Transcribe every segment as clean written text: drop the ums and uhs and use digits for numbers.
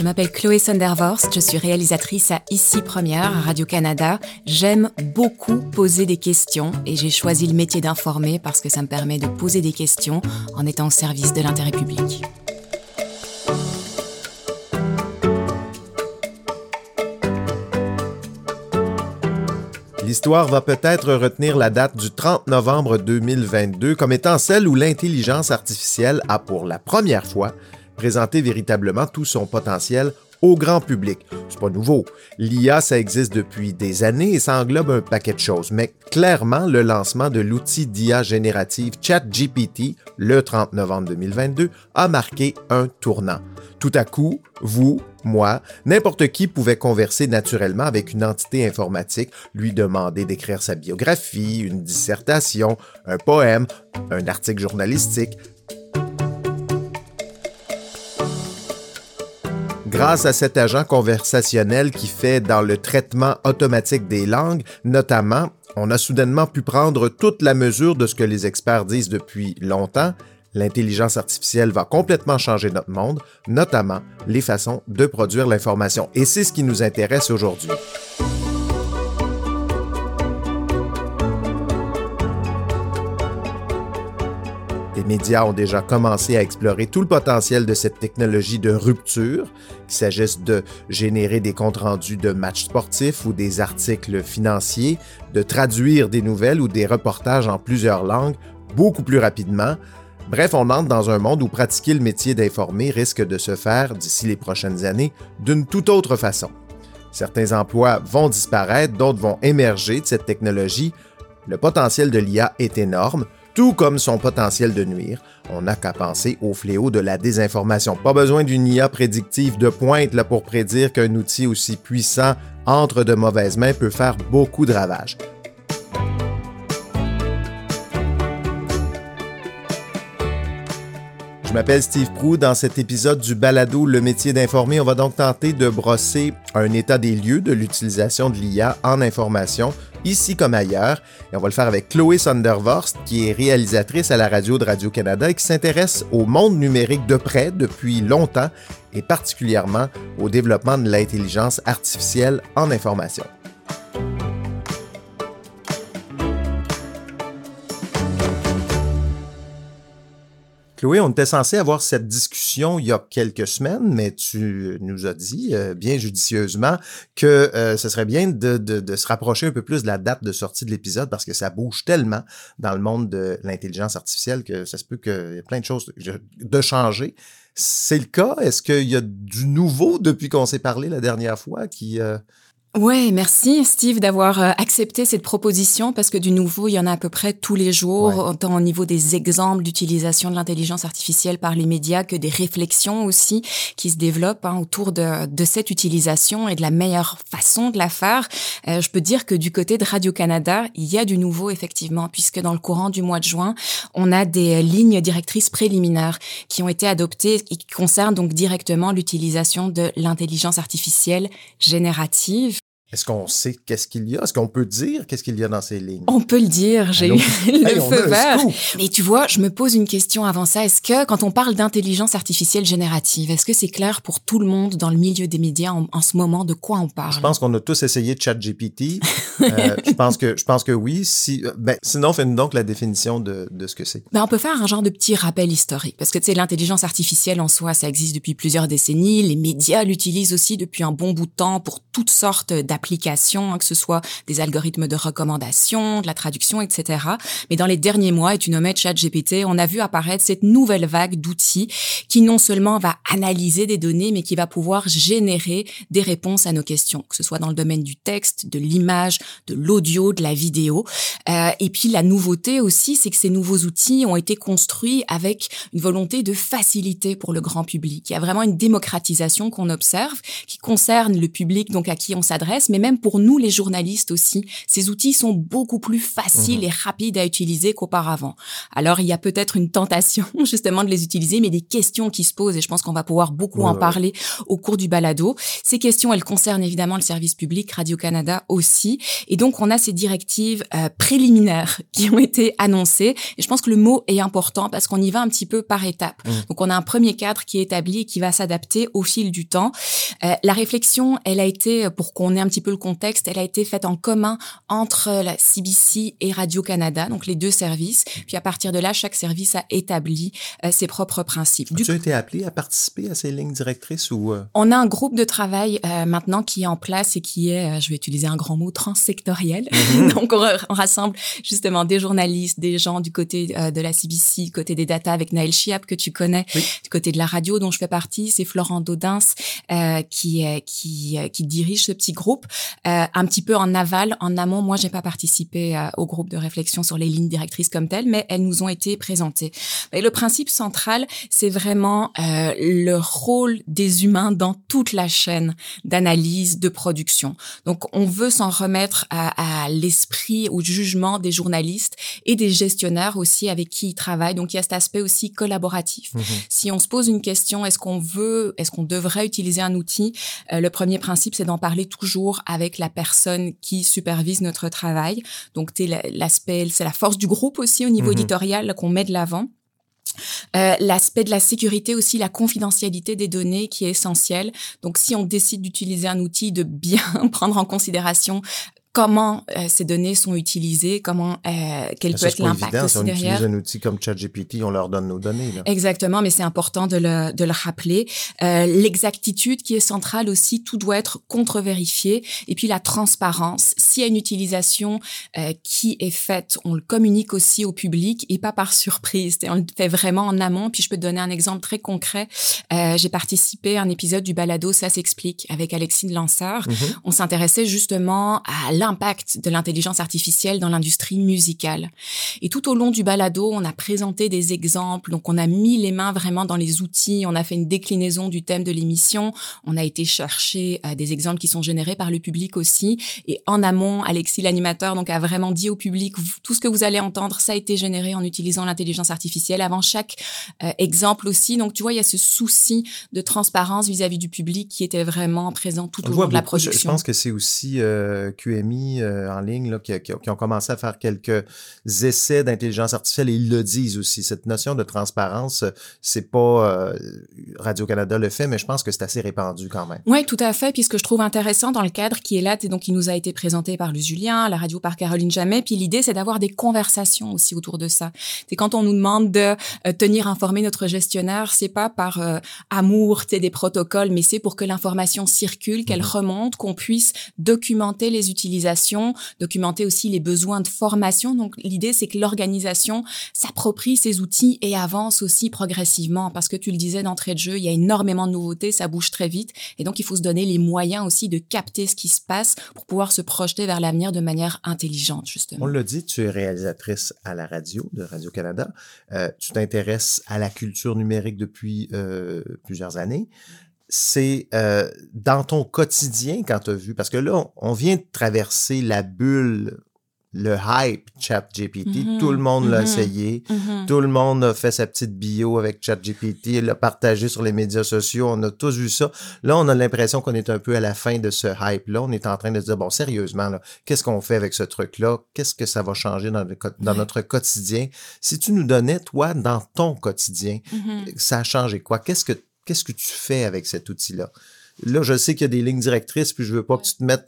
m'appelle Chloé Sondervorst, je suis réalisatrice à Ici Première, à Radio-Canada. J'aime beaucoup poser des questions et j'ai choisi le métier d'informer parce que ça me permet de poser des questions en étant au service de l'intérêt public. L'histoire va peut-être retenir la date du 30 novembre 2022 comme étant celle où l'intelligence artificielle a pour la première fois présenté véritablement tout son potentiel au grand public. C'est pas nouveau. L'IA, ça existe depuis des années et ça englobe un paquet de choses. Mais clairement, le lancement de l'outil d'IA générative ChatGPT, le 30 novembre 2022, a marqué un tournant. Tout à coup, vous, moi, n'importe qui pouvait converser naturellement avec une entité informatique, lui demander d'écrire sa biographie, une dissertation, un poème, un article journalistique. Grâce à cet agent conversationnel qui fait dans le traitement automatique des langues, notamment, on a soudainement pu prendre toute la mesure de ce que les experts disent depuis longtemps. L'intelligence artificielle va complètement changer notre monde, notamment les façons de produire l'information. Et c'est ce qui nous intéresse aujourd'hui. Les médias ont déjà commencé à explorer tout le potentiel de cette technologie de rupture, qu'il s'agisse de générer des comptes rendus de matchs sportifs ou des articles financiers, de traduire des nouvelles ou des reportages en plusieurs langues beaucoup plus rapidement. Bref, on entre dans un monde où pratiquer le métier d'informer risque de se faire, d'ici les prochaines années, d'une toute autre façon. Certains emplois vont disparaître, d'autres vont émerger de cette technologie. Le potentiel de l'IA est énorme, tout comme son potentiel de nuire. On n'a qu'à penser au fléau de la désinformation. Pas besoin d'une IA prédictive de pointe là, pour prédire qu'un outil aussi puissant entre de mauvaises mains peut faire beaucoup de ravages. Je m'appelle Steve Proulx. Dans cet épisode du balado Le métier d'informer, on va donc tenter de brosser un état des lieux de l'utilisation de l'IA en information, ici comme ailleurs. Et on va le faire avec Chloé Sondervorst, qui est réalisatrice à la radio de Radio-Canada et qui s'intéresse au monde numérique de près depuis longtemps et particulièrement au développement de l'intelligence artificielle en information. Chloé, on était censé avoir cette discussion il y a quelques semaines, mais tu nous as dit bien judicieusement que ce serait bien de se rapprocher un peu plus de la date de sortie de l'épisode parce que ça bouge tellement dans le monde de l'intelligence artificielle que ça se peut qu'il y ait plein de choses de changer. C'est le cas? Est-ce qu'il y a du nouveau depuis qu'on s'est parlé la dernière fois qui... Ouais, merci Steve d'avoir accepté cette proposition parce que du nouveau, il y en a à peu près tous les jours, autant au niveau des exemples d'utilisation de l'intelligence artificielle par les médias que des réflexions aussi qui se développent autour de cette utilisation et de la meilleure façon de la faire. Je peux dire que du côté de Radio-Canada, il y a du nouveau effectivement puisque dans le courant du mois de juin, on a des lignes directrices préliminaires qui ont été adoptées et qui concernent donc directement l'utilisation de l'intelligence artificielle générative. Est-ce qu'on sait qu'est-ce qu'il y a? Est-ce qu'on peut dire qu'est-ce qu'il y a dans ces lignes? On peut le dire, j'ai eu le feu vert. Mais tu vois, je me pose une question avant ça. Est-ce que, quand on parle d'intelligence artificielle générative, est-ce que c'est clair pour tout le monde dans le milieu des médias en ce moment de quoi on parle? Je pense qu'on a tous essayé ChatGPT. Je pense que oui. Sinon, fais-nous donc la définition de ce que c'est. On peut faire un genre de petit rappel historique. Parce que tu sais, l'intelligence artificielle en soi, ça existe depuis plusieurs décennies. Les médias l'utilisent aussi depuis un bon bout de temps pour toutes sortes d'applications, que ce soit des algorithmes de recommandation, de la traduction, etc. Mais dans les derniers mois, et tu nommais ChatGPT, on a vu apparaître cette nouvelle vague d'outils qui non seulement va analyser des données, mais qui va pouvoir générer des réponses à nos questions, que ce soit dans le domaine du texte, de l'image, de l'audio, de la vidéo. Et puis la nouveauté aussi, c'est que ces nouveaux outils ont été construits avec une volonté de faciliter pour le grand public. Il y a vraiment une démocratisation qu'on observe, qui concerne le public donc à qui on s'adresse, mais même pour nous, les journalistes aussi, ces outils sont beaucoup plus faciles et rapides à utiliser qu'auparavant. Alors, il y a peut-être une tentation, justement, de les utiliser, mais des questions qui se posent, et je pense qu'on va pouvoir beaucoup en parler au cours du balado. Ces questions, elles concernent évidemment le service public, Radio-Canada aussi. Et donc, on a ces directives préliminaires qui ont été annoncées. Et je pense que le mot est important parce qu'on y va un petit peu par étapes. Donc, on a un premier cadre qui est établi et qui va s'adapter au fil du temps. La réflexion, elle a été, pour qu'on ait un petit peu le contexte, elle a été faite en commun entre la CBC et Radio-Canada, donc les deux services. Puis à partir de là, chaque service a établi ses propres principes. Tu as été appelé à participer à ces lignes directrices ou... On a un groupe de travail maintenant qui est en place et qui est, je vais utiliser un grand mot, transsectoriel. Donc on rassemble justement des journalistes, des gens du côté de la CBC, du côté des data avec Naël Chiap que tu connais, du côté de la radio dont je fais partie, c'est Florent Daudins qui dirige ce petit groupe. Un petit peu en aval, en amont, moi j'ai pas participé au groupe de réflexion sur les lignes directrices comme telles, mais elles nous ont été présentées. Et le principe central, c'est vraiment le rôle des humains dans toute la chaîne d'analyse, de production. Donc, on veut s'en remettre à l'esprit, au jugement des journalistes et des gestionnaires aussi avec qui ils travaillent. Donc, il y a cet aspect aussi collaboratif. Si on se pose une question, est-ce qu'on devrait utiliser un outil? Le premier principe, c'est d'en parler toujours avec la personne qui supervise notre travail. Donc, l'aspect, c'est la force du groupe aussi au niveau éditorial qu'on met de l'avant. L'aspect de la sécurité aussi, la confidentialité des données qui est essentielle. Donc, si on décide d'utiliser un outil, de bien prendre en considération comment ces données sont utilisées, quel peut être l'impact aussi derrière. Si on utilise un outil comme ChatGPT, on leur donne nos données. Là. Exactement, mais c'est important de le rappeler. L'exactitude qui est centrale aussi, tout doit être contre-vérifié. Et puis la transparence. S'il y a une utilisation qui est faite, on le communique aussi au public et pas par surprise. On le fait vraiment en amont. Puis je peux te donner un exemple très concret. J'ai participé à un épisode du balado Ça s'explique avec Alexis de Lanseur. On s'intéressait justement à l'impact de l'intelligence artificielle dans l'industrie musicale. Et tout au long du balado, on a présenté des exemples, donc on a mis les mains vraiment dans les outils, on a fait une déclinaison du thème de l'émission, on a été chercher des exemples qui sont générés par le public aussi, et en amont, Alexis, l'animateur, donc a vraiment dit au public, tout ce que vous allez entendre, ça a été généré en utilisant l'intelligence artificielle avant chaque exemple aussi. Donc tu vois, il y a ce souci de transparence vis-à-vis du public qui était vraiment présent tout au long de la production. Je pense que c'est aussi QMI en ligne là, qui ont commencé à faire quelques essais d'intelligence artificielle et ils le disent aussi. Cette notion de transparence, c'est pas Radio-Canada le fait, mais je pense que c'est assez répandu quand même. Oui, tout à fait. Puis ce que je trouve intéressant dans le cadre qui est là, donc qui nous a été présenté par Luce Julien, la radio par Caroline Jammet, puis l'idée, c'est d'avoir des conversations aussi autour de ça. C'est quand on nous demande de tenir informé notre gestionnaire, c'est pas par amour, des protocoles, mais c'est pour que l'information circule, qu'elle remonte, qu'on puisse documenter les utilisations, documenter aussi les besoins de formation. Donc, l'idée, c'est que l'organisation s'approprie ces outils et avance aussi progressivement. Parce que tu le disais d'entrée de jeu, il y a énormément de nouveautés, ça bouge très vite. Et donc, il faut se donner les moyens aussi de capter ce qui se passe pour pouvoir se projeter vers l'avenir de manière intelligente, justement. On l'a dit, tu es réalisatrice à la radio, de Radio-Canada. Tu t'intéresses à la culture numérique depuis plusieurs années. C'est dans ton quotidien quand tu as vu, parce que là, on vient de traverser la bulle, le hype ChatGPT, tout le monde l'a essayé, tout le monde a fait sa petite bio avec ChatGPT, l'a partagé sur les médias sociaux, on a tous vu ça. Là, on a l'impression qu'on est un peu à la fin de ce hype-là, on est en train de se dire, bon, sérieusement, là, qu'est-ce qu'on fait avec ce truc-là? Qu'est-ce que ça va changer dans notre quotidien? Si tu nous donnais, toi, dans ton quotidien, ça a changé quoi? Qu'est-ce que tu fais avec cet outil-là? Là, je sais qu'il y a des lignes directrices, puis je veux pas que tu te mettes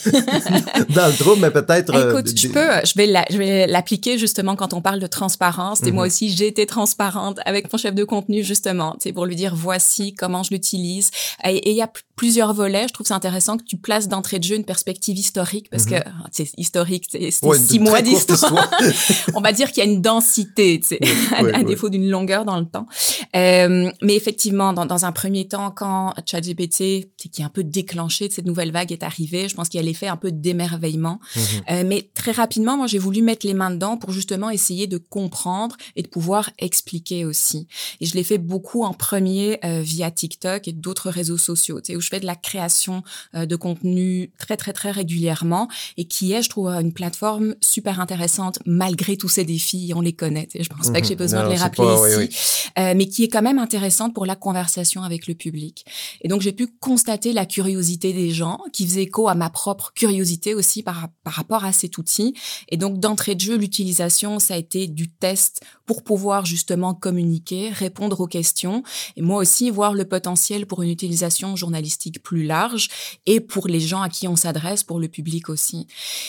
dans le trou, mais peut-être... Écoute, je vais l'appliquer justement quand on parle de transparence. Et moi aussi, j'ai été transparente avec mon chef de contenu, justement, pour lui dire, voici comment je l'utilise. Et il y a plusieurs volets. Je trouve c'est intéressant que tu places d'entrée de jeu une perspective historique, parce que c'est historique, c'est 6 mois d'histoire. On va dire qu'il y a une densité, à défaut d'une longueur dans le temps. Mais effectivement, dans un premier temps, quand ChatGPT l'idée qui est un peu déclenchée de cette nouvelle vague est arrivée. Je pense qu'il y a l'effet un peu d'émerveillement. Mais très rapidement, moi, j'ai voulu mettre les mains dedans pour justement essayer de comprendre et de pouvoir expliquer aussi. Et je l'ai fait beaucoup en premier via TikTok et d'autres réseaux sociaux, où je fais de la création de contenu très, très, très régulièrement et qui est, je trouve, une plateforme super intéressante malgré tous ces défis. On les connaît. Je pense pas que j'ai besoin de les rappeler ici, mais qui est quand même intéressante pour la conversation avec le public. Et donc, j'ai pu constater la curiosité des gens qui faisait écho à ma propre curiosité aussi par rapport à cet outil. Et donc, d'entrée de jeu, l'utilisation, ça a été du test pour pouvoir justement communiquer, répondre aux questions et moi aussi voir le potentiel pour une utilisation journalistique plus large et pour les gens à qui on s'adresse, pour le public aussi.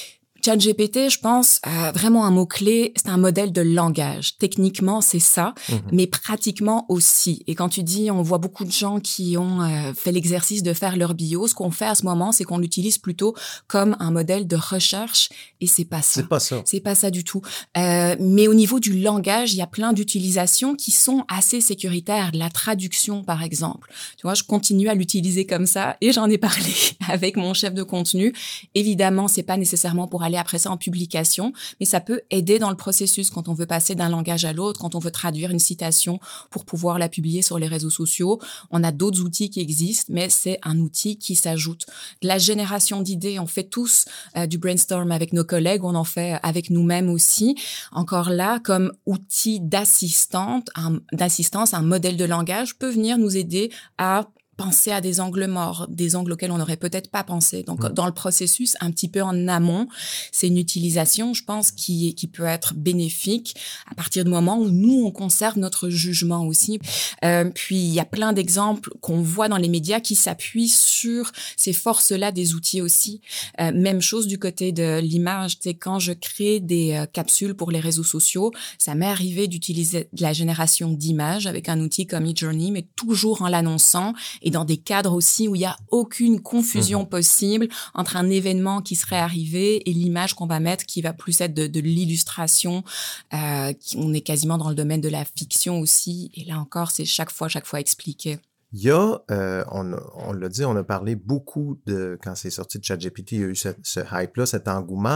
ChatGPT, je pense, vraiment un mot-clé, c'est un modèle de langage. Techniquement, c'est ça, mais pratiquement aussi. Et quand tu dis, on voit beaucoup de gens qui ont fait l'exercice de faire leur bio, ce qu'on fait à ce moment, c'est qu'on l'utilise plutôt comme un modèle de recherche et c'est pas ça. C'est pas ça. C'est pas ça du tout. Mais au niveau du langage, il y a plein d'utilisations qui sont assez sécuritaires. La traduction, par exemple. Tu vois, je continue à l'utiliser comme ça et j'en ai parlé avec mon chef de contenu. Évidemment, c'est pas nécessairement pour aller après ça en publication, mais ça peut aider dans le processus quand on veut passer d'un langage à l'autre, quand on veut traduire une citation pour pouvoir la publier sur les réseaux sociaux. On a d'autres outils qui existent, mais c'est un outil qui s'ajoute. De la génération d'idées, on fait tous du brainstorm avec nos collègues, on en fait avec nous-mêmes aussi. Encore là, comme outil d'assistance, un modèle de langage peut venir nous aider à penser à des angles morts, des angles auxquels on n'aurait peut-être pas pensé. Donc, dans le processus, un petit peu en amont, c'est une utilisation, je pense, qui peut être bénéfique à partir du moment où nous, on conserve notre jugement aussi. Puis, il y a plein d'exemples qu'on voit dans les médias qui s'appuient sur ces forces-là des outils aussi. Même chose du côté de l'image. Tu sais, quand je crée des capsules pour les réseaux sociaux, ça m'est arrivé d'utiliser de la génération d'images avec un outil comme Midjourney, mais toujours en l'annonçant et dans des cadres aussi où il y a aucune confusion possible entre un événement qui serait arrivé et l'image qu'on va mettre qui va plus être de l'illustration. On est quasiment dans le domaine de la fiction aussi. Et là encore, c'est chaque fois expliqué. Il y a, on l'a dit, on a parlé beaucoup de, quand c'est sorti de ChatGPT, il y a eu ce hype-là, cet engouement.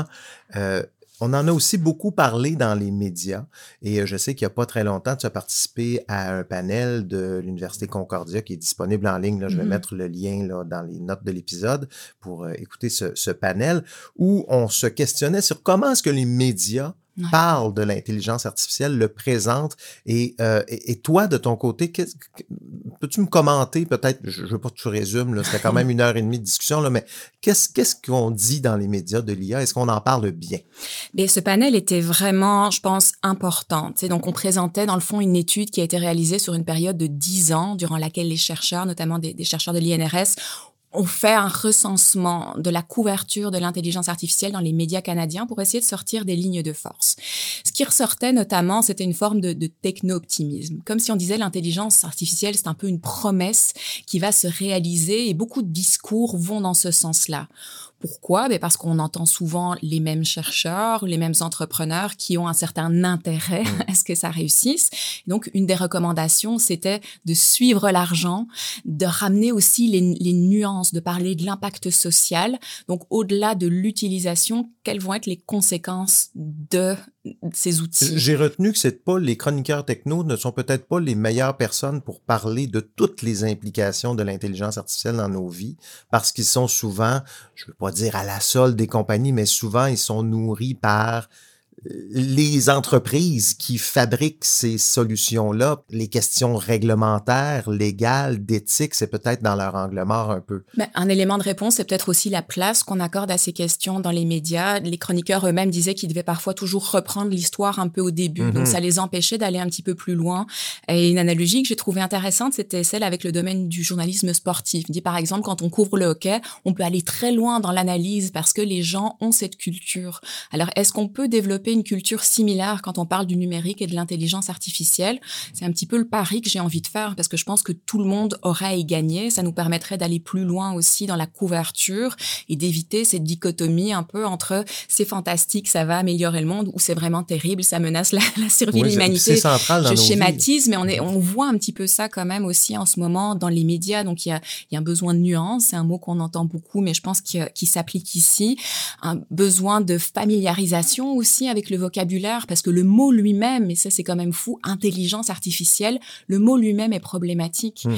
On en a aussi beaucoup parlé dans les médias et je sais qu'il n'y a pas très longtemps, tu as participé à un panel de l'Université Concordia qui est disponible en ligne. Là, je vais mettre le lien là, dans les notes de l'épisode pour écouter ce panel où on se questionnait sur comment est-ce que les médias parlent de l'intelligence artificielle, le présentent. Et toi, de ton côté, peux-tu me commenter peut-être, je veux pas que tu résumes, là, c'était quand même 1h30 de discussion, là, mais qu'est-ce qu'on dit dans les médias de l'IA? Est-ce qu'on en parle bien? Bien, ce panel était vraiment, je pense, important. Tu sais, donc, on présentait, dans le fond, une étude qui a été réalisée sur une période de 10 ans, durant laquelle les chercheurs, notamment des chercheurs de l'INRS, on fait un recensement de la couverture de l'intelligence artificielle dans les médias canadiens pour essayer de sortir des lignes de force. Ce qui ressortait notamment, c'était une forme de techno-optimisme. Comme si on disait l'intelligence artificielle, c'est un peu une promesse qui va se réaliser et beaucoup de discours vont dans ce sens-là. Pourquoi? Ben parce qu'on entend souvent les mêmes chercheurs, les mêmes entrepreneurs qui ont un certain intérêt à ce que ça réussisse. Donc, une des recommandations, c'était de suivre l'argent, de ramener aussi les nuances, de parler de l'impact social. Donc, au-delà de l'utilisation, quelles vont être les conséquences de ces outils? J'ai retenu que les chroniqueurs techno ne sont peut-être pas les meilleures personnes pour parler de toutes les implications de l'intelligence artificielle dans nos vies, parce qu'ils sont souvent, je ne veux pas dire à la solde des compagnies, mais souvent ils sont nourris par les entreprises qui fabriquent ces solutions-là. Les questions réglementaires, légales, d'éthique, c'est peut-être dans leur angle mort un peu. Ben, un élément de réponse, c'est peut-être aussi la place qu'on accorde à ces questions dans les médias. Les chroniqueurs eux-mêmes disaient qu'ils devaient parfois toujours reprendre l'histoire un peu au début, donc ça les empêchait d'aller un petit peu plus loin. Et une analogie que j'ai trouvée intéressante, c'était celle avec le domaine du journalisme sportif. Il dit par exemple, quand on couvre le hockey, on peut aller très loin dans l'analyse parce que les gens ont cette culture. Alors, est-ce qu'on peut développer une culture similaire quand on parle du numérique et de l'intelligence artificielle. C'est un petit peu le pari que j'ai envie de faire parce que je pense que tout le monde aura à y gagner. Ça nous permettrait d'aller plus loin aussi dans la couverture et d'éviter cette dichotomie un peu entre c'est fantastique, ça va améliorer le monde ou c'est vraiment terrible, ça menace la survie de l'humanité. C'est central dans nos vies. Je schématise, mais on voit un petit peu ça quand même aussi en ce moment dans les médias. Donc, il y a un besoin de nuance. C'est un mot qu'on entend beaucoup, mais je pense qu'il s'applique ici. Un besoin de familiarisation aussi avec le vocabulaire, parce que le mot lui-même, et ça c'est quand même fou, intelligence artificielle, le mot lui-même est problématique.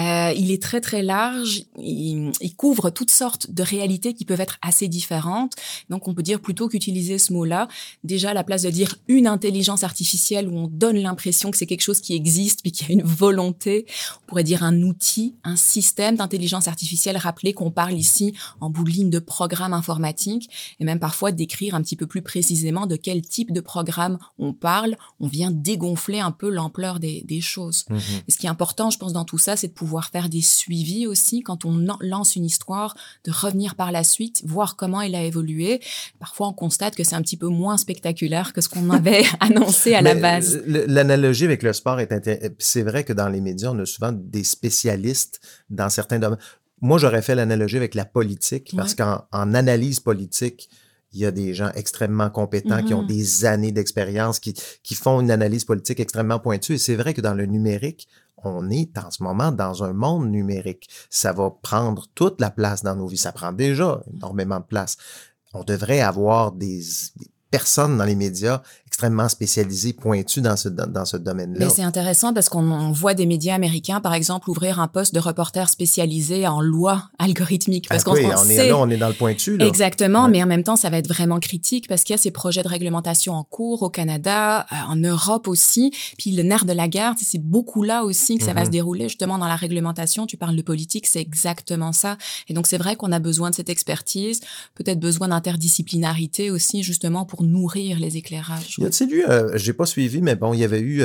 Il est très très large, il couvre toutes sortes de réalités qui peuvent être assez différentes. Donc on peut dire plutôt qu'utiliser ce mot-là, déjà à la place de dire une intelligence artificielle où on donne l'impression que c'est quelque chose qui existe puis qu'il y a une volonté, on pourrait dire un outil, un système d'intelligence artificielle. Rappeler qu'on parle ici en bout de ligne de programme informatique et même parfois décrire un petit peu plus précisément de quel type de programme on parle. On vient dégonfler un peu l'ampleur des choses. Et ce qui est important, je pense, dans tout ça, c'est de pouvoir faire des suivis aussi quand on lance une histoire, de revenir par la suite, voir comment elle a évolué. Parfois, on constate que c'est un petit peu moins spectaculaire que ce qu'on avait annoncé à la base. L'analogie avec le sport c'est vrai que dans les médias, on a souvent des spécialistes dans certains domaines. Moi, j'aurais fait l'analogie avec la politique parce qu'en analyse politique, il y a des gens extrêmement compétents qui ont des années d'expérience, qui font une analyse politique extrêmement pointue. Et c'est vrai que dans le numérique, on est en ce moment dans un monde numérique. Ça va prendre toute la place dans nos vies. Ça prend déjà énormément de place. On devrait avoir des personnes dans les médias extrêmement spécialisées, pointues dans ce domaine-là. Mais c'est intéressant parce qu'on voit des médias américains, par exemple, ouvrir un poste de reporter spécialisé en loi algorithmique. Parce on est dans le pointu, là. Exactement, mais en même temps, ça va être vraiment critique parce qu'il y a ces projets de réglementation en cours au Canada, en Europe aussi. Puis le nerf de la guerre, c'est beaucoup là aussi que ça va se dérouler, justement, dans la réglementation. Tu parles de politique, c'est exactement ça. Et donc, c'est vrai qu'on a besoin de cette expertise, peut-être besoin d'interdisciplinarité aussi, justement, pour nourrir les éclairages. Tu sais, lui, j'ai pas suivi, mais bon, il y avait eu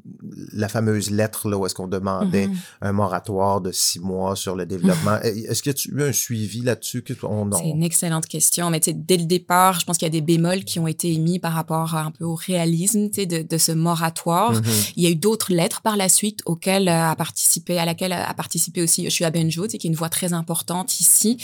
la fameuse lettre là où est-ce qu'on demandait un moratoire de 6 mois sur le développement. Est-ce que tu as eu un suivi là-dessus? C'est une excellente question, mais tu sais, dès le départ, je pense qu'il y a des bémols qui ont été émis par rapport un peu au réalisme, tu sais, de ce moratoire. Il y a eu d'autres lettres par la suite à laquelle a participé aussi Yoshua Bengio, tu sais, qui est une voix très importante ici.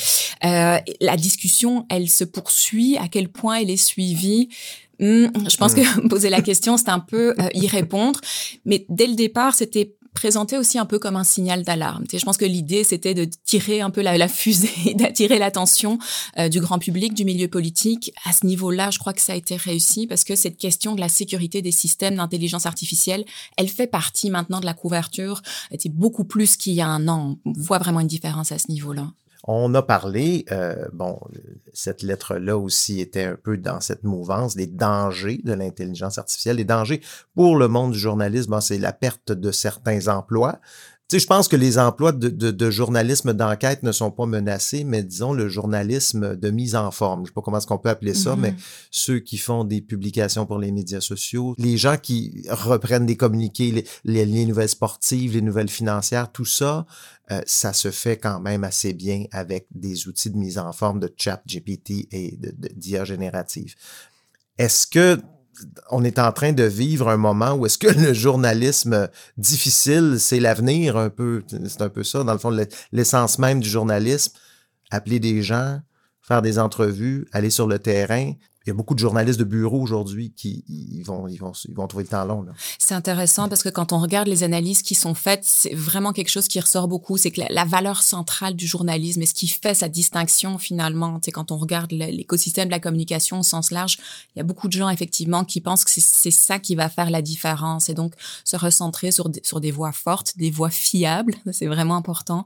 La discussion, elle se poursuit. À quel point elle est suivie? Je pense que poser la question, c'est un peu y répondre. Mais dès le départ, c'était présenté aussi un peu comme un signal d'alarme. Tu sais, je pense que l'idée, c'était de tirer un peu la fusée, d'attirer l'attention du grand public, du milieu politique. À ce niveau-là, je crois que ça a été réussi parce que cette question de la sécurité des systèmes d'intelligence artificielle, elle fait partie maintenant de la couverture. C'est beaucoup plus qu'il y a un an. On voit vraiment une différence à ce niveau-là. On a parlé, cette lettre-là aussi était un peu dans cette mouvance, des dangers de l'intelligence artificielle. Les dangers pour le monde du journalisme, c'est la perte de certains emplois. Tu sais, je pense que les emplois de journalisme d'enquête ne sont pas menacés, mais disons le journalisme de mise en forme. Je sais pas comment est-ce qu'on peut appeler ça, mais ceux qui font des publications pour les médias sociaux, les gens qui reprennent des communiqués, les nouvelles sportives, les nouvelles financières, tout ça, ça se fait quand même assez bien avec des outils de mise en forme de ChatGPT et d'IA générative. Est-ce que on est en train de vivre un moment où est-ce que le journalisme difficile, c'est l'avenir un peu? C'est un peu ça, dans le fond, l'essence même du journalisme. Appeler des gens, faire des entrevues, aller sur le terrain. Il y a beaucoup de journalistes de bureau aujourd'hui qui ils vont trouver le temps long, là. C'est intéressant parce que quand on regarde les analyses qui sont faites, c'est vraiment quelque chose qui ressort beaucoup. C'est que la valeur centrale du journalisme et ce qui fait sa distinction finalement, tu sais, quand on regarde l'écosystème de la communication au sens large, il y a beaucoup de gens effectivement qui pensent que c'est ça qui va faire la différence. Et donc se recentrer sur des voix fortes, des voix fiables, c'est vraiment important,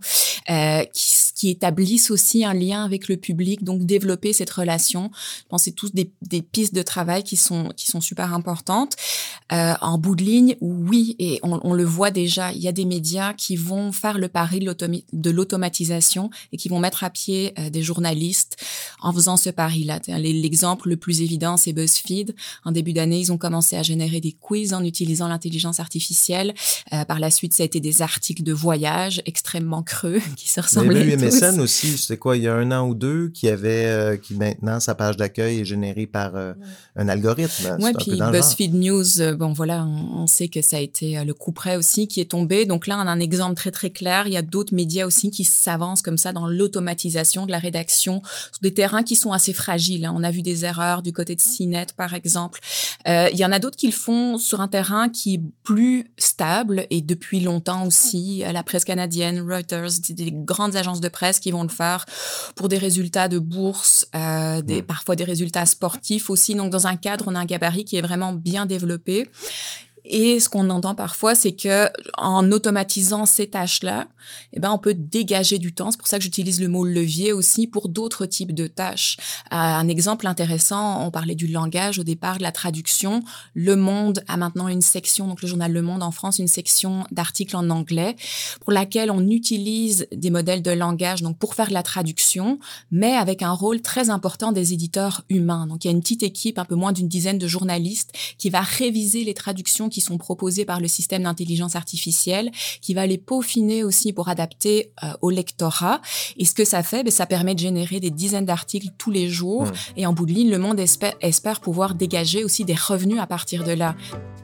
qui établissent aussi un lien avec le public. Donc développer cette relation. Je pense que c'est tous des pistes de travail qui sont super importantes. En bout de ligne, oui, et on le voit déjà, il y a des médias qui vont faire le pari de l'automatisation et qui vont mettre à pied des journalistes en faisant ce pari-là. L'exemple le plus évident, c'est BuzzFeed. En début d'année, ils ont commencé à générer des quiz en utilisant l'intelligence artificielle. Par la suite, ça a été des articles de voyage extrêmement creux qui se ressemblaient tous. MSN aussi, c'est quoi, il y a 1 an ou 2, qui maintenant, sa page d'accueil est générée par un algorithme. Oui, puis BuzzFeed News, on sait que ça a été le coup près aussi qui est tombé. Donc là, on a un exemple très, très clair. Il y a d'autres médias aussi qui s'avancent comme ça dans l'automatisation de la rédaction sur des terrains qui sont assez fragiles. On a vu des erreurs du côté de CNET, par exemple. Il y en a d'autres qui le font sur un terrain qui est plus stable et depuis longtemps aussi. La presse canadienne, Reuters, des grandes agences de presse qui vont le faire pour des résultats de bourse, parfois des résultats sportifs aussi. Donc, dans un cadre, on a un gabarit qui est vraiment bien développé. Et ce qu'on entend parfois, c'est que en automatisant ces tâches-là, on peut dégager du temps. C'est pour ça que j'utilise le mot levier aussi pour d'autres types de tâches. Un exemple intéressant, on parlait du langage au départ, de la traduction. Le Monde a maintenant une section, donc le journal Le Monde en France, une section d'articles en anglais pour laquelle on utilise des modèles de langage donc pour faire de la traduction, mais avec un rôle très important des éditeurs humains. Donc il y a une petite équipe, un peu moins d'une dizaine de journalistes, qui va réviser les traductions qui sont proposées par le système d'intelligence artificielle, qui va les peaufiner aussi pour adapter au lectorat. Et ce que ça fait, ça permet de générer des dizaines d'articles tous les jours. Et en bout de ligne, Le Monde espère pouvoir dégager aussi des revenus à partir de là.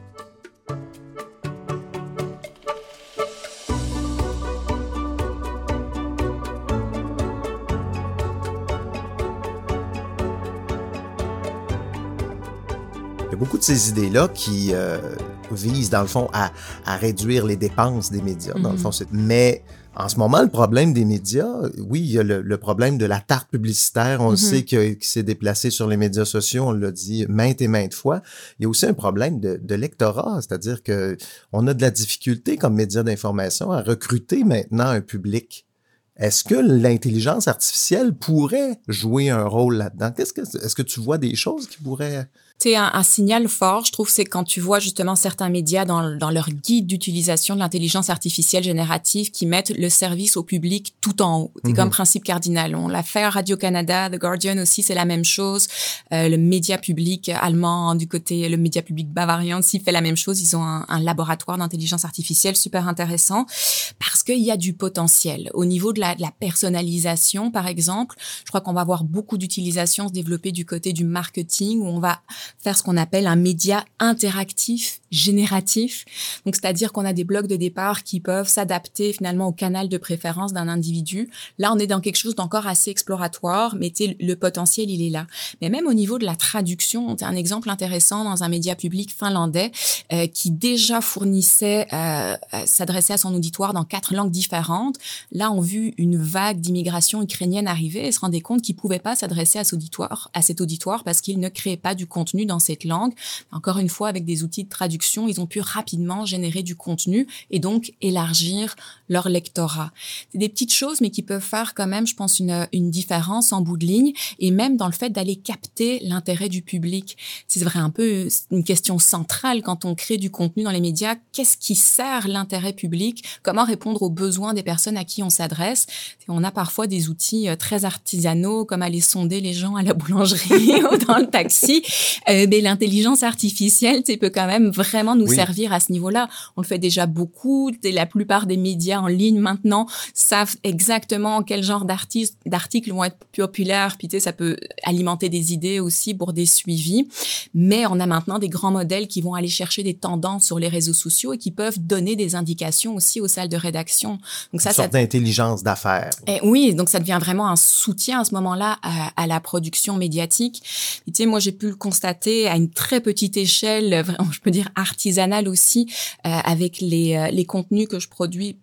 Il y a beaucoup de ces idées-là qui visent, dans le fond, à réduire les dépenses des médias. Dans le fond, mais en ce moment, le problème des médias, oui, il y a le problème de la tarte publicitaire. On le sait qui s'est déplacé sur les médias sociaux. On l'a dit maintes et maintes fois. Il y a aussi un problème de lectorat, c'est-à-dire que on a de la difficulté comme médias d'information à recruter maintenant un public. Est-ce que l'intelligence artificielle pourrait jouer un rôle là-dedans? Est-ce que tu vois des choses qui pourraient... C'est un signal fort, je trouve, c'est quand tu vois justement certains médias dans leur guide d'utilisation de l'intelligence artificielle générative qui mettent le service au public tout en haut. C'est comme principe cardinal. On l'a fait à Radio-Canada, The Guardian aussi, c'est la même chose. Le média public allemand du côté, le média public bavarien aussi fait la même chose. Ils ont un laboratoire d'intelligence artificielle super intéressant parce qu'il y a du potentiel. Au niveau de la personnalisation, par exemple, je crois qu'on va avoir beaucoup d'utilisations se développer du côté du marketing où on va faire ce qu'on appelle un média interactif, génératif. Donc, c'est-à-dire qu'on a des blocs de départ qui peuvent s'adapter finalement au canal de préférence d'un individu. Là, on est dans quelque chose d'encore assez exploratoire, mais le potentiel, il est là. Mais même au niveau de la traduction, c'est un exemple intéressant dans un média public finlandais qui déjà fournissait, s'adressait à son auditoire dans 4 langues différentes. Là, on vu une vague d'immigration ukrainienne arriver et se rendait compte qu'il pouvait pas s'adresser à cet auditoire parce qu'il ne créait pas du contenu dans cette langue. Encore une fois, avec des outils de traduction, ils ont pu rapidement générer du contenu et donc élargir leur lectorat. C'est des petites choses, mais qui peuvent faire quand même, je pense, une différence en bout de ligne et même dans le fait d'aller capter l'intérêt du public. C'est vrai, un peu une question centrale quand on crée du contenu dans les médias. Qu'est-ce qui sert l'intérêt public? Comment répondre aux besoins des personnes à qui on s'adresse? On a parfois des outils très artisanaux, comme aller sonder les gens à la boulangerie ou dans le taxi. Mais l'intelligence artificielle, peut quand même vraiment nous servir à ce niveau-là. On le fait déjà beaucoup. La plupart des médias en ligne maintenant savent exactement quel genre d'articles vont être populaires. Puis ça peut alimenter des idées aussi pour des suivis. Mais on a maintenant des grands modèles qui vont aller chercher des tendances sur les réseaux sociaux et qui peuvent donner des indications aussi aux salles de rédaction. Donc une sorte d'intelligence d'affaires. Oui, donc ça devient vraiment un soutien à ce moment-là à la production médiatique. Et moi, j'ai pu le constater à une très petite échelle, je peux dire artisanale aussi, avec les contenus que je produis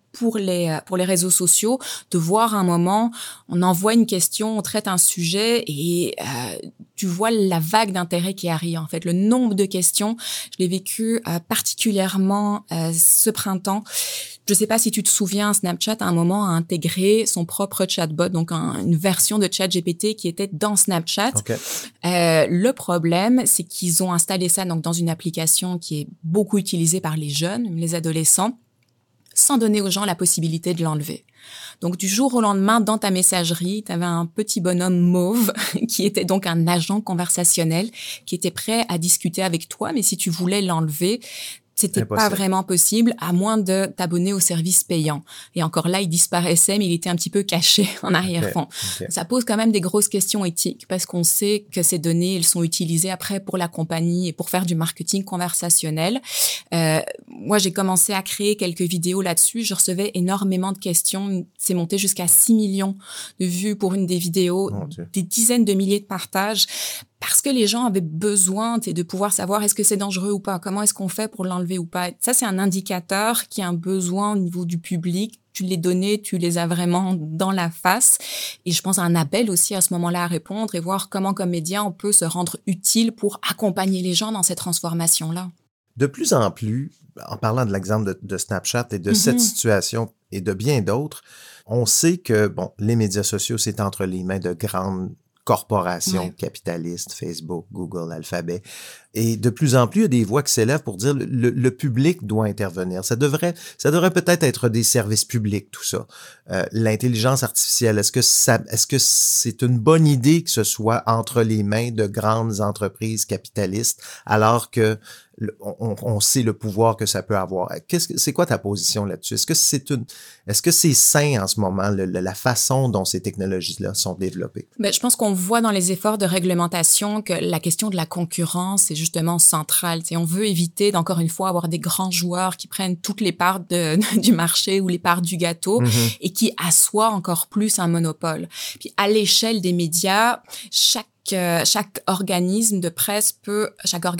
pour les réseaux sociaux, de voir un moment, on envoie une question, on traite un sujet et tu vois la vague d'intérêt qui arrive. En fait, le nombre de questions, je l'ai vécu particulièrement ce printemps. Je sais pas si tu te souviens, Snapchat à un moment a intégré son propre chatbot, donc une version de ChatGPT qui était dans Snapchat. Okay. Le problème, c'est qu'ils ont installé ça donc dans une application qui est beaucoup utilisée par les jeunes, les adolescents, sans donner aux gens la possibilité de l'enlever. Donc, du jour au lendemain, dans ta messagerie, tu avais un petit bonhomme mauve qui était donc un agent conversationnel qui était prêt à discuter avec toi, mais si tu voulais l'enlever, c'était pas vraiment possible, à moins de t'abonner au service payant. Et encore là, il disparaissait, mais il était un petit peu caché en arrière-fond. Okay. Ça pose quand même des grosses questions éthiques, parce qu'on sait que ces données, elles sont utilisées après pour la compagnie et pour faire du marketing conversationnel. Moi, j'ai commencé à créer quelques vidéos là-dessus. Je recevais énormément de questions. C'est monté jusqu'à 6 millions de vues pour une des vidéos, des dizaines de milliers de partages. Parce que les gens avaient besoin de pouvoir savoir est-ce que c'est dangereux ou pas, comment est-ce qu'on fait pour l'enlever ou pas. Ça, c'est un indicateur qui a un besoin au niveau du public. Tu les données, tu les as vraiment dans la face. Et je pense à un appel aussi à ce moment-là à répondre et voir comment, comme média, on peut se rendre utile pour accompagner les gens dans cette transformation-là. De plus en plus, en parlant de l'exemple de Snapchat et de cette situation et de bien d'autres, on sait que les médias sociaux, c'est entre les mains de grandes corporations capitalistes, Facebook, Google, Alphabet. Et de plus en plus, il y a des voix qui s'élèvent pour dire le public doit intervenir. Ça devrait peut-être être des services publics, tout ça. L'intelligence artificielle, est-ce que c'est une bonne idée que ce soit entre les mains de grandes entreprises capitalistes alors que on sait le pouvoir que ça peut avoir? C'est quoi ta position là-dessus? Est-ce que c'est sain en ce moment, la façon dont ces technologies-là sont développées? Je pense qu'on voit dans les efforts de réglementation que la question de la concurrence est justement centrale. On veut éviter d'encore une fois avoir des grands joueurs qui prennent toutes les parts du marché ou les parts du gâteau et qui assoient encore plus un monopole. Puis à l'échelle des médias, chaque organe de presse peut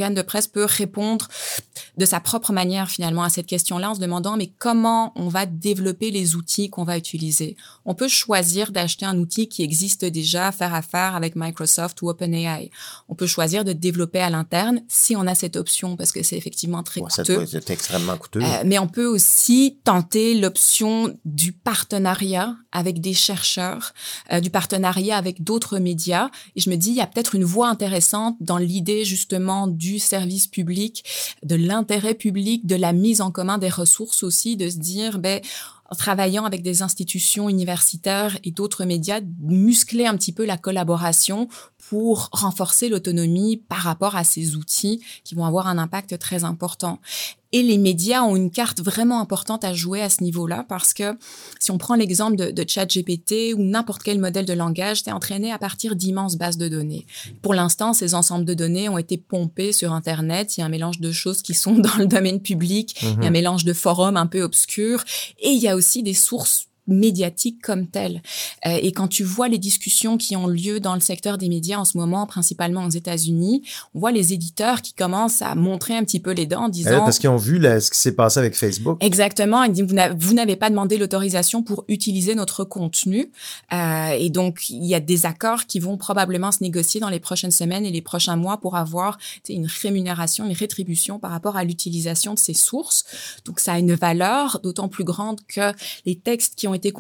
répondre de sa propre manière finalement à cette question-là en se demandant mais comment on va développer les outils qu'on va utiliser. On peut choisir d'acheter un outil qui existe déjà, faire affaire avec Microsoft ou OpenAI. On peut choisir de développer à l'interne si on a cette option parce que c'est effectivement très coûteux. C'est extrêmement coûteux. Mais on peut aussi tenter l'option du partenariat avec des chercheurs, du partenariat avec d'autres médias. Et je me dis, il y a peut-être une voie intéressante dans l'idée justement du service public, de l'intérêt public, de la mise en commun des ressources aussi, de se dire, en travaillant avec des institutions universitaires et d'autres médias, muscler un petit peu la collaboration pour renforcer l'autonomie par rapport à ces outils qui vont avoir un impact très important. Et les médias ont une carte vraiment importante à jouer à ce niveau-là parce que si on prend l'exemple de ChatGPT ou n'importe quel modèle de langage, c'est entraîné à partir d'immenses bases de données. Pour l'instant, ces ensembles de données ont été pompés sur Internet. Il y a un mélange de choses qui sont dans le domaine public, il y a un mélange de forums un peu obscurs et il y a aussi des sources médiatique comme telle. Et quand tu vois les discussions qui ont lieu dans le secteur des médias en ce moment, principalement aux États-Unis, on voit les éditeurs qui commencent à montrer un petit peu les dents en disant... parce qu'ils ont vu ce qui s'est passé avec Facebook. Exactement. Ils disent, vous n'avez pas demandé l'autorisation pour utiliser notre contenu. Et donc, il y a des accords qui vont probablement se négocier dans les prochaines semaines et les prochains mois pour avoir une rémunération, une rétribution par rapport à l'utilisation de ces sources. Donc, ça a une valeur d'autant plus grande que les textes qui ont été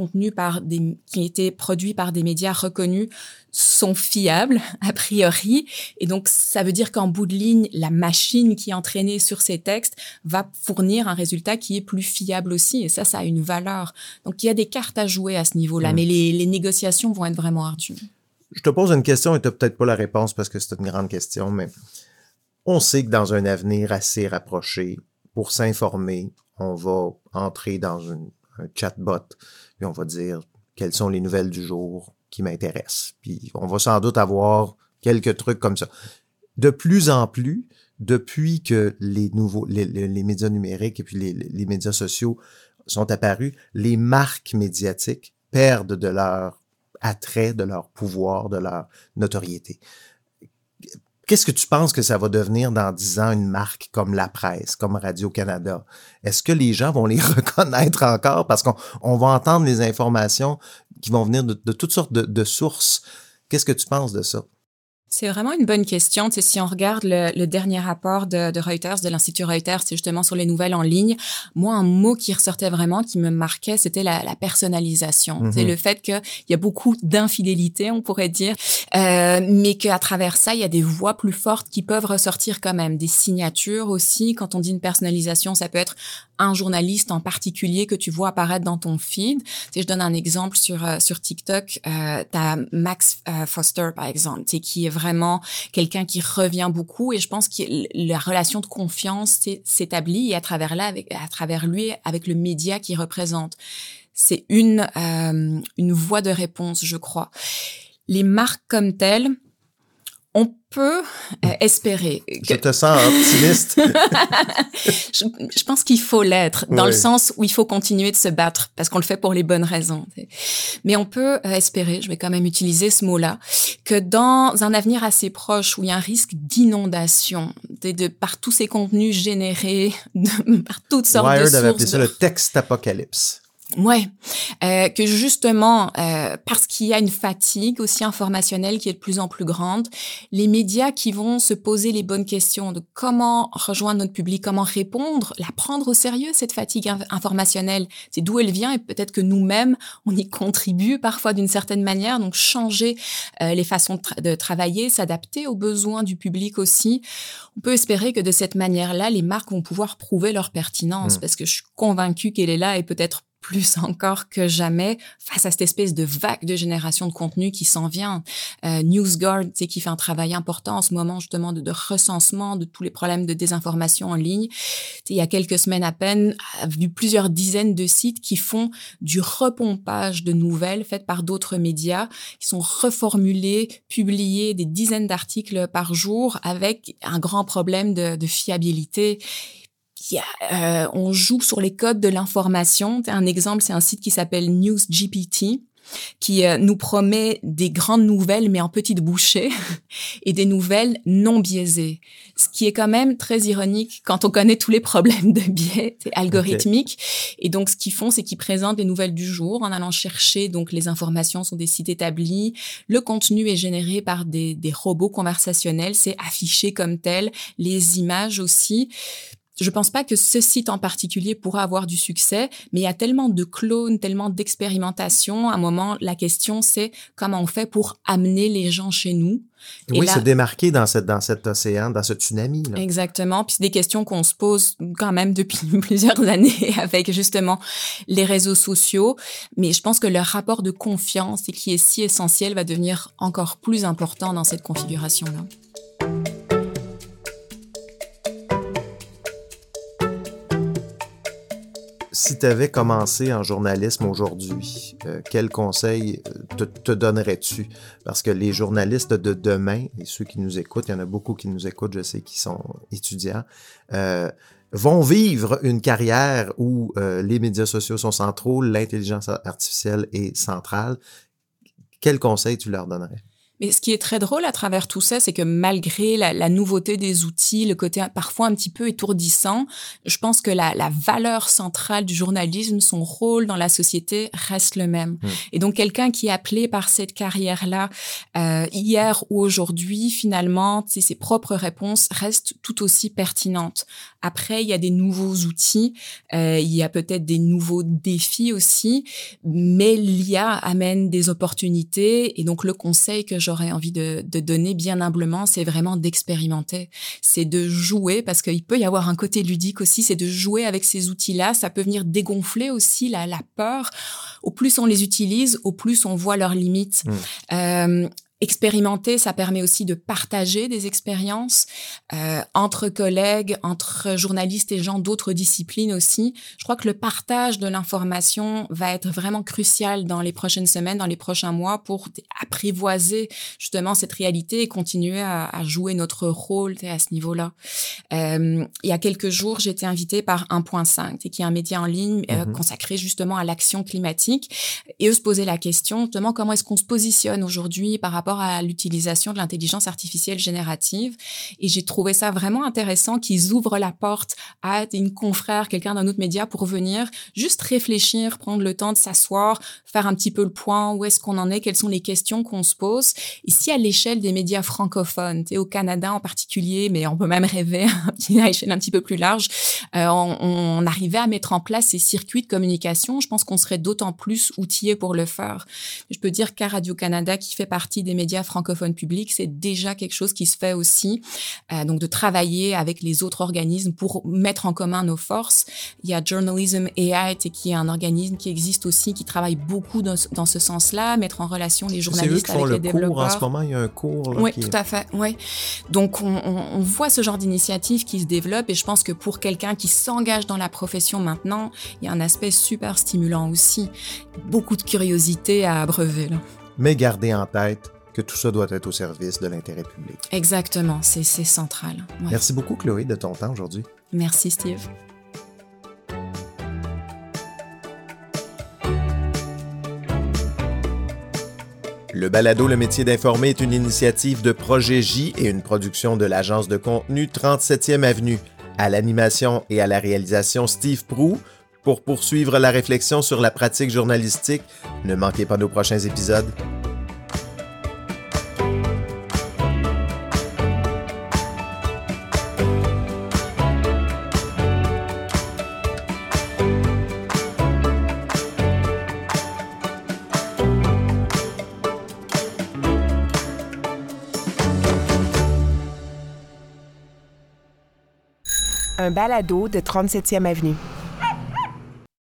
produits par des médias reconnus sont fiables, a priori. Et donc, ça veut dire qu'en bout de ligne, la machine qui est entraînée sur ces textes va fournir un résultat qui est plus fiable aussi. Et ça a une valeur. Donc, il y a des cartes à jouer à ce niveau-là, mais les négociations vont être vraiment ardues. Je te pose une question et tu n'as peut-être pas la réponse parce que c'est une grande question, mais on sait que dans un avenir assez rapproché, pour s'informer, on va entrer dans un chatbot, puis on va dire quelles sont les nouvelles du jour qui m'intéressent. Puis on va sans doute avoir quelques trucs comme ça. De plus en plus, depuis que les médias numériques et puis les médias sociaux sont apparus, les marques médiatiques perdent de leur attrait, de leur pouvoir, de leur notoriété. Qu'est-ce que tu penses que ça va devenir dans 10 ans, une marque comme La Presse, comme Radio-Canada? Est-ce que les gens vont les reconnaître encore? Parce qu'on va entendre les informations qui vont venir de toutes sortes de sources. Qu'est-ce que tu penses de ça? C'est vraiment une bonne question. Tu sais, si on regarde le dernier rapport de Reuters, de l'Institut Reuters, c'est justement sur les nouvelles en ligne. Moi, un mot qui ressortait vraiment, qui me marquait, c'était la personnalisation. Mm-hmm. C'est le fait qu'il y a beaucoup d'infidélité, on pourrait dire, mais qu'à travers ça, il y a des voix plus fortes qui peuvent ressortir quand même. Des signatures aussi. Quand on dit une personnalisation, ça peut être un journaliste en particulier que tu vois apparaître dans ton feed. Tu sais, je donne un exemple sur TikTok. T'as Max Foster, par exemple, tu sais, qui est vraiment quelqu'un qui revient beaucoup, et je pense que la relation de confiance s'établit, et à travers lui, avec le média qu'il représente. C'est une voie de réponse, je crois. Les marques comme telles, on peut espérer. Je te sens optimiste. Je pense qu'il faut l'être, dans le sens où il faut continuer de se battre, parce qu'on le fait pour les bonnes raisons. Mais on peut espérer, je vais quand même utiliser ce mot-là, que dans un avenir assez proche, où il y a un risque d'inondation, par tous ces contenus générés, par toutes sortes de sources... Wired avait appelé ça le texte-apocalypse. Ouais, que justement, parce qu'il y a une fatigue aussi informationnelle qui est de plus en plus grande, les médias qui vont se poser les bonnes questions de comment rejoindre notre public, comment répondre, la prendre au sérieux, cette fatigue informationnelle, c'est d'où elle vient, et peut-être que nous-mêmes, on y contribue parfois d'une certaine manière, donc changer les façons de travailler, s'adapter aux besoins du public aussi. On peut espérer que de cette manière-là, les marques vont pouvoir prouver leur pertinence, parce que je suis convaincue qu'elle est là, et peut-être plus encore que jamais face à cette espèce de vague de génération de contenu qui s'en vient. NewsGuard, tu sais, qui fait un travail important en ce moment justement de recensement de tous les problèmes de désinformation en ligne. Tu sais, il y a quelques semaines à peine, a vu plusieurs dizaines de sites qui font du repompage de nouvelles faites par d'autres médias, qui sont reformulés, publiés des dizaines d'articles par jour avec un grand problème de fiabilité. On joue sur les codes de l'information. Un exemple, c'est un site qui s'appelle NewsGPT, qui nous promet des grandes nouvelles, mais en petites bouchées, et des nouvelles non biaisées. Ce qui est quand même très ironique quand on connaît tous les problèmes de biais algorithmiques. Okay. Et donc, ce qu'ils font, c'est qu'ils présentent les nouvelles du jour en allant chercher donc les informations sur des sites établis. Le contenu est généré par des robots conversationnels. C'est affiché comme tel. Les images aussi. Je pense pas que ce site en particulier pourra avoir du succès, mais il y a tellement de clones, tellement d'expérimentation. À un moment, la question, c'est comment on fait pour amener les gens chez nous. Oui, se démarquer dans cet océan, dans ce tsunami, là. Exactement. Puis c'est des questions qu'on se pose quand même depuis plusieurs années avec justement les réseaux sociaux. Mais je pense que le rapport de confiance, qui est si essentiel, va devenir encore plus important dans cette configuration-là. Si tu avais commencé en journalisme aujourd'hui, quel conseil te donnerais-tu? Parce que les journalistes de demain, et ceux qui nous écoutent, il y en a beaucoup qui nous écoutent, je sais, qui sont étudiants, vont vivre une carrière où les médias sociaux sont centraux, l'intelligence artificielle est centrale. Quel conseil tu leur donnerais? Mais ce qui est très drôle à travers tout ça, c'est que malgré la nouveauté des outils, le côté parfois un petit peu étourdissant, je pense que la valeur centrale du journalisme, son rôle dans la société reste le même. Et donc, quelqu'un qui est appelé par cette carrière-là, hier ou aujourd'hui, finalement, ses propres réponses restent tout aussi pertinentes. Après, il y a des nouveaux outils, il y a peut-être des nouveaux défis aussi, mais l'IA amène des opportunités, et donc le conseil que j'aurais envie de donner bien humblement, c'est vraiment d'expérimenter, c'est de jouer, parce qu'il peut y avoir un côté ludique aussi, c'est de jouer avec ces outils-là, ça peut venir dégonfler aussi la peur. Au plus on les utilise, au plus on voit leurs limites. Expérimenter, ça permet aussi de partager des expériences entre collègues, entre journalistes et gens d'autres disciplines aussi. Je crois que le partage de l'information va être vraiment crucial dans les prochaines semaines, dans les prochains mois, pour apprivoiser justement cette réalité et continuer à jouer notre rôle à ce niveau-là. Il y a quelques jours, j'ai été invitée par 1.5, qui est un média en ligne consacré justement à l'action climatique. Et eux se posaient la question, justement, comment est-ce qu'on se positionne aujourd'hui par rapport rapport à l'utilisation de l'intelligence artificielle générative. Et j'ai trouvé ça vraiment intéressant qu'ils ouvrent la porte à une confrère, quelqu'un d'un autre média pour venir juste réfléchir, prendre le temps de s'asseoir, faire un petit peu le point, où est-ce qu'on en est, quelles sont les questions qu'on se pose. Ici, à l'échelle des médias francophones, au Canada en particulier, mais on peut même rêver à échelle un petit peu plus large, on arrivait à mettre en place ces circuits de communication. Je pense qu'on serait d'autant plus outillés pour le faire. Je peux dire qu'à Radio-Canada, qui fait partie des médias francophones publics, c'est déjà quelque chose qui se fait aussi. Donc, de travailler avec les autres organismes pour mettre en commun nos forces. Il y a Journalism AI, qui est un organisme qui existe aussi, qui travaille beaucoup dans ce sens-là, mettre en relation les journalistes avec les développeurs. En ce moment, il y a un cours. Là, oui, tout à fait. Oui. Donc, on voit ce genre d'initiative qui se développe et je pense que pour quelqu'un qui s'engage dans la profession maintenant, il y a un aspect super stimulant aussi. Beaucoup de curiosité à abreuver, là. Mais gardez en tête que tout ça doit être au service de l'intérêt public. Exactement, c'est central. Ouais. Merci beaucoup, Chloé, de ton temps aujourd'hui. Merci, Steve. Le balado Le métier d'informer est une initiative de Projet J et une production de l'agence de contenu 37e Avenue. À l'animation et à la réalisation, Steve Proulx. Pour poursuivre la réflexion sur la pratique journalistique, ne manquez pas nos prochains épisodes. Un balado de 37e Avenue.